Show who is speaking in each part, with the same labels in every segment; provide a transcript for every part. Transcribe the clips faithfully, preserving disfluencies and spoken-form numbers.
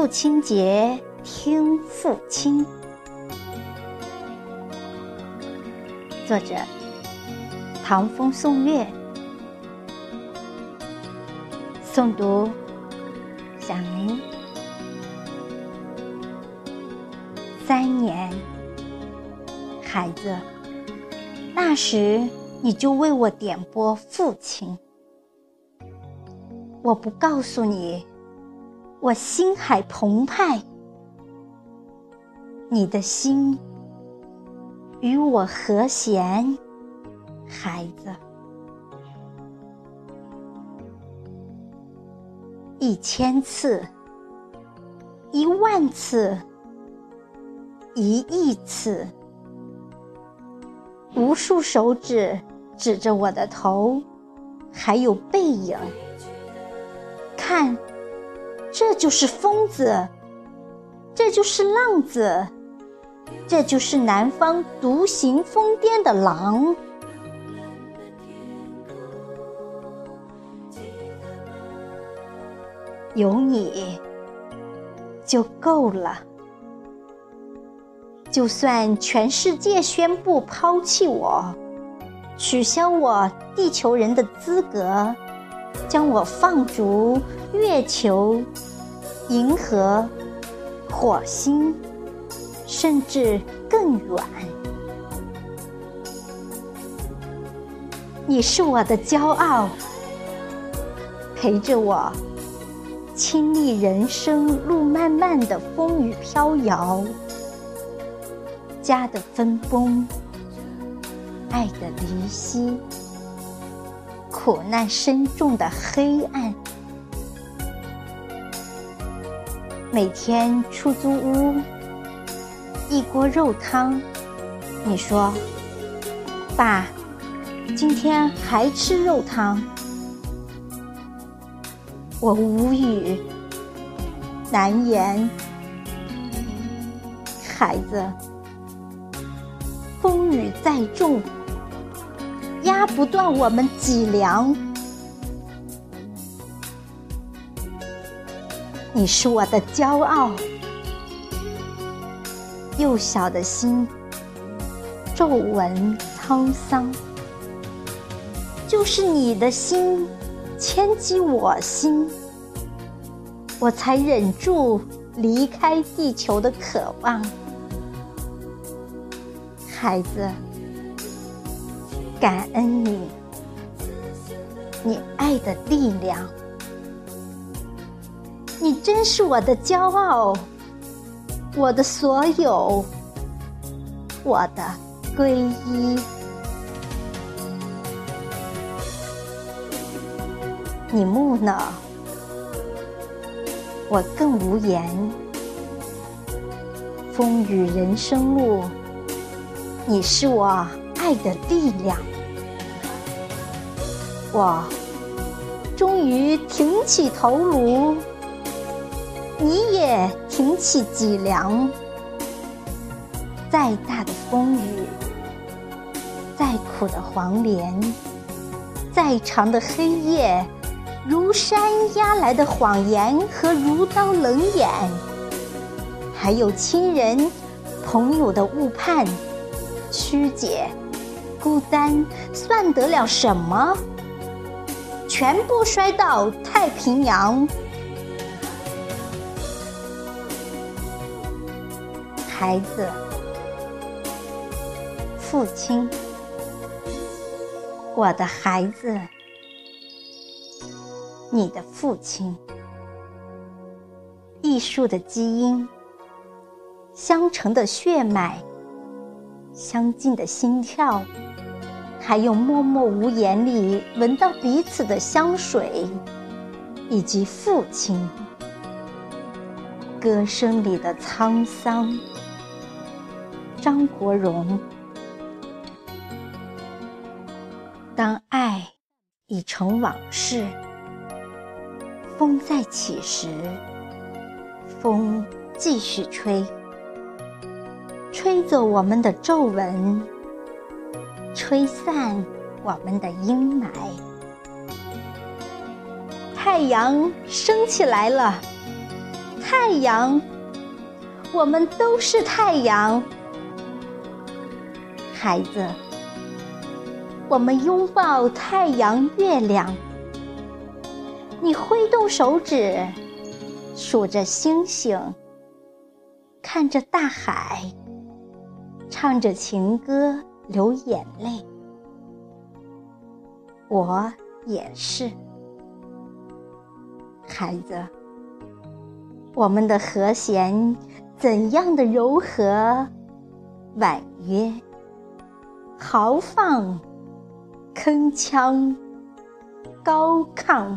Speaker 1: 亲节听父亲。作者唐风宋月，诵读小明。三年，孩子，那时你就为我点拨父亲。我不告诉你，我心海澎湃，你的心与我和弦，孩子。一千次，一万次，一亿次，无数手指指着我的头，还有背影。看，这就是疯子，这就是浪子，这就是南方独行疯癫的狼。有你就够了，就算全世界宣布抛弃我，取消我地球人的资格，将我放逐月球、银河、火星，甚至更远。你是我的骄傲，陪着我亲历人生路漫漫的风雨飘摇，家的分崩，爱的离析，苦难深重的黑暗。每天出租屋一锅肉汤，你说，爸，今天还吃肉汤？我无语，难言。孩子，风雨再重，压不断我们脊梁。你是我的骄傲，幼小的心皱纹沧桑，就是你的心牵击我心，我才忍住离开地球的渴望。孩子，感恩你，你爱的力量，你真是我的骄傲，我的所有，我的皈依。你木讷，我更无言。风雨人生路，你是我爱的力量。我终于挺起头颅，你也挺起脊梁。再大的风雨，再苦的黄连，再长的黑夜，如山压来的谎言和如刀冷眼，还有亲人朋友的误判、曲解、孤单，算得了什么？全部摔到太平洋。孩子，父亲，我的孩子，你的父亲，艺术的基因，相承的血脉，相近的心跳，还有默默无言里闻到彼此的香水，以及父亲歌声里的沧桑。张国荣。当爱已成往事，风再起时，风继续吹，吹走我们的皱纹，吹散我们的阴霾。太阳升起来了， 太阳，我们都是太阳。孩子，我们拥抱太阳、月亮。你挥动手指，数着星星，看着大海，唱着情歌，流眼泪。我也是。孩子，我们的和弦怎样的柔和、婉约、豪放、铿锵、高亢。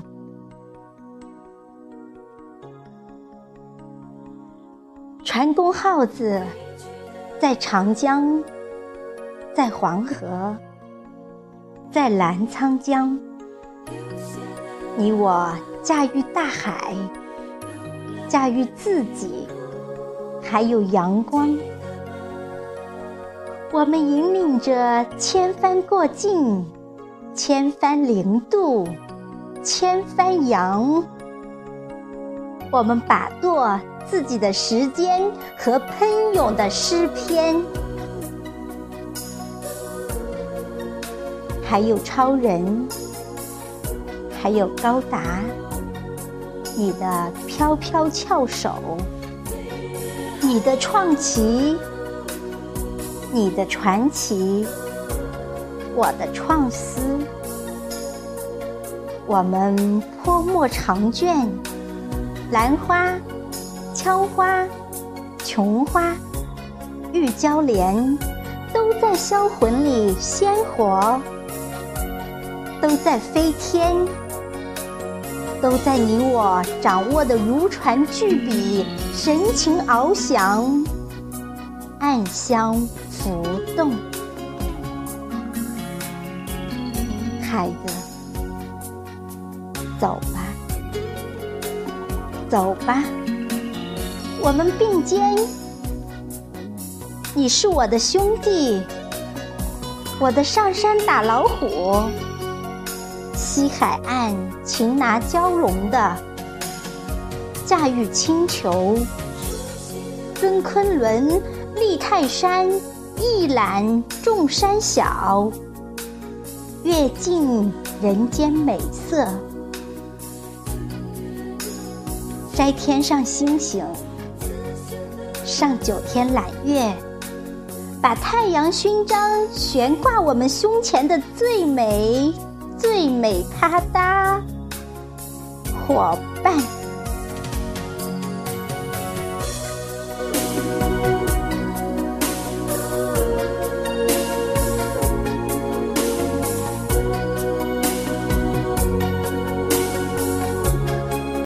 Speaker 1: 船公号子在长江，在黄河，在澜沧江，你我驾驭大海，驾驭自己，还有阳光。我们引领着千帆过尽，千帆零度，千帆扬。我们把舵自己的时间和喷涌的诗篇。还有超人，还有高达，你的飘飘翘首，你的创奇，你的传奇，我的创思。我们泼墨长卷，兰花、枪花、琼花、玉娇莲，都在销魂里鲜活，都在飞天，都在你我掌握的如椽巨笔，神情翱翔，暗香浮动。孩子，走吧，走吧，我们并肩。你是我的兄弟，我的上山打老虎，西海岸擒拿蛟龙的，驾驭星球，登昆仑，立泰山，一览众山小，阅尽人间美色，摘天上星星，上九天揽月，把太阳勋章悬挂我们胸前的最美最美啪嗒伙伴。